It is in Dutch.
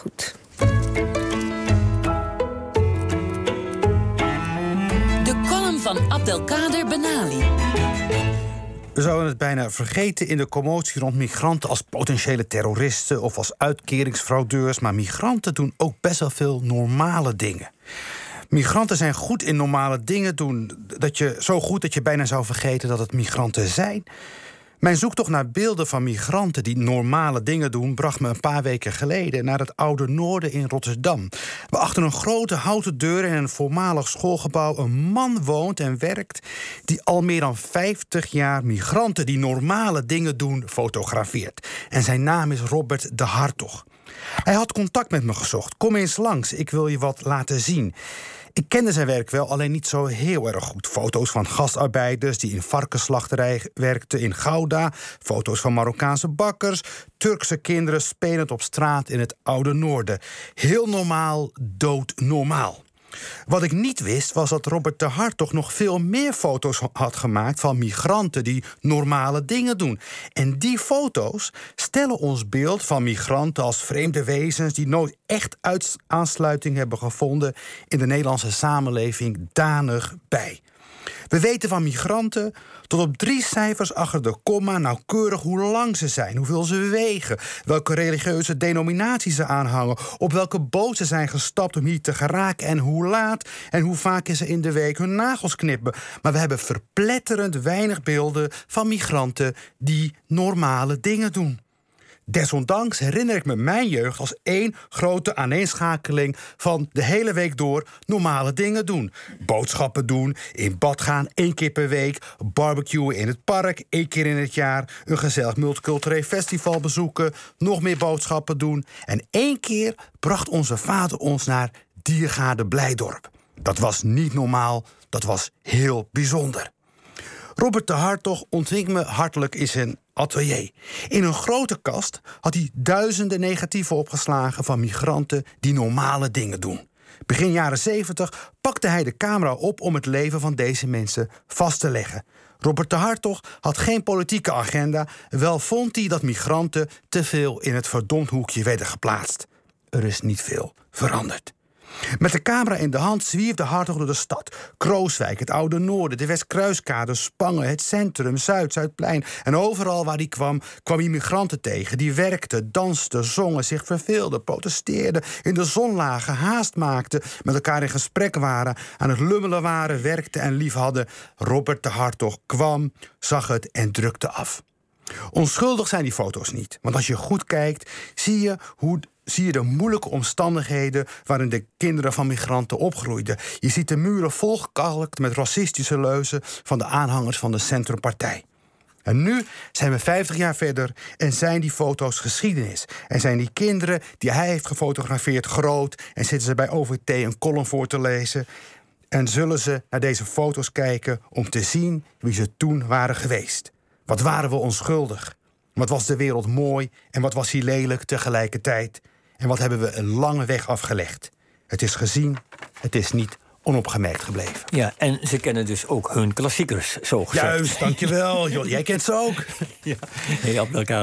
goed. De column van Abdelkader Benali. We zouden het bijna vergeten in de commotie rond migranten als potentiële terroristen of als uitkeringsfraudeurs. Maar migranten doen ook best wel veel normale dingen. Migranten zijn goed in normale dingen doen. Zo goed dat je bijna zou vergeten dat het migranten zijn. Mijn zoektocht naar beelden van migranten die normale dingen doen bracht me een paar weken geleden naar het Oude Noorden in Rotterdam. Waar achter een grote houten deur in een voormalig schoolgebouw een man woont en werkt die al meer dan 50 jaar migranten die normale dingen doen fotografeert. En zijn naam is Robert de Hartog. Hij had contact met me gezocht. Kom eens langs, ik wil je wat laten zien. Ik kende zijn werk wel, alleen niet zo heel erg goed. Foto's van gastarbeiders die in varkensslachterij werkten in Gouda. Foto's van Marokkaanse bakkers. Turkse kinderen spelend op straat in het Oude Noorden. Heel normaal, doodnormaal. Wat ik niet wist, was dat Robert de Hartog nog veel meer foto's had gemaakt van migranten die normale dingen doen. En die foto's stellen ons beeld van migranten als vreemde wezens die nooit echt aansluiting hebben gevonden in de Nederlandse samenleving danig bij. We weten van migranten tot op 3 cijfers achter de komma nauwkeurig hoe lang ze zijn, hoeveel ze wegen, welke religieuze denominatie ze aanhangen, op welke boot ze zijn gestapt om hier te geraken en hoe laat en hoe vaak ze in de week hun nagels knippen. Maar we hebben verpletterend weinig beelden van migranten die normale dingen doen. Desondanks herinner ik me mijn jeugd als één grote aaneenschakeling van de hele week door normale dingen doen. Boodschappen doen, in bad gaan 1 keer per week, barbecuen in het park 1 keer in het jaar, een gezellig multicultureel festival bezoeken, nog meer boodschappen doen. En 1 keer bracht onze vader ons naar Diergaarde Blijdorp. Dat was niet normaal, dat was heel bijzonder. Robert de Hartog ontving me hartelijk in zijn atelier. In een grote kast had hij duizenden negatieven opgeslagen van migranten die normale dingen doen. Begin jaren 70 pakte hij de camera op om het leven van deze mensen vast te leggen. Robert de Hartog had geen politieke agenda, wel vond hij dat migranten te veel in het verdomd hoekje werden geplaatst. Er is niet veel veranderd. Met de camera in de hand zwierf de Hartog door de stad. Krooswijk, het Oude Noorden, de Westkruiskade, Spangen, het centrum, Zuidplein. En overal waar hij kwam hij migranten tegen. Die werkten, dansten, zongen, zich verveelden, protesteerden, in de zon lagen, haast maakten, met elkaar in gesprek waren, aan het lummelen waren, werkten en lief hadden. Robert de Hartog kwam, zag het en drukte af. Onschuldig zijn die foto's niet. Want als je goed kijkt, zie je de moeilijke omstandigheden waarin de kinderen van migranten opgroeiden. Je ziet de muren volgekalkt met racistische leuzen van de aanhangers van de Centrumpartij. En nu zijn we 50 jaar verder en zijn die foto's geschiedenis. En zijn die kinderen die hij heeft gefotografeerd groot en zitten ze bij OVT een column voor te lezen. En zullen ze naar deze foto's kijken om te zien wie ze toen waren geweest. Wat waren we onschuldig? Wat was de wereld mooi en wat was hij lelijk tegelijkertijd? En wat hebben we een lange weg afgelegd? Het is gezien, het is niet onopgemerkt gebleven. Ja, en ze kennen dus ook hun klassiekers, zo gezegd. Juist, dankjewel. Jij kent ze ook. Ja, hey, Abdelkader.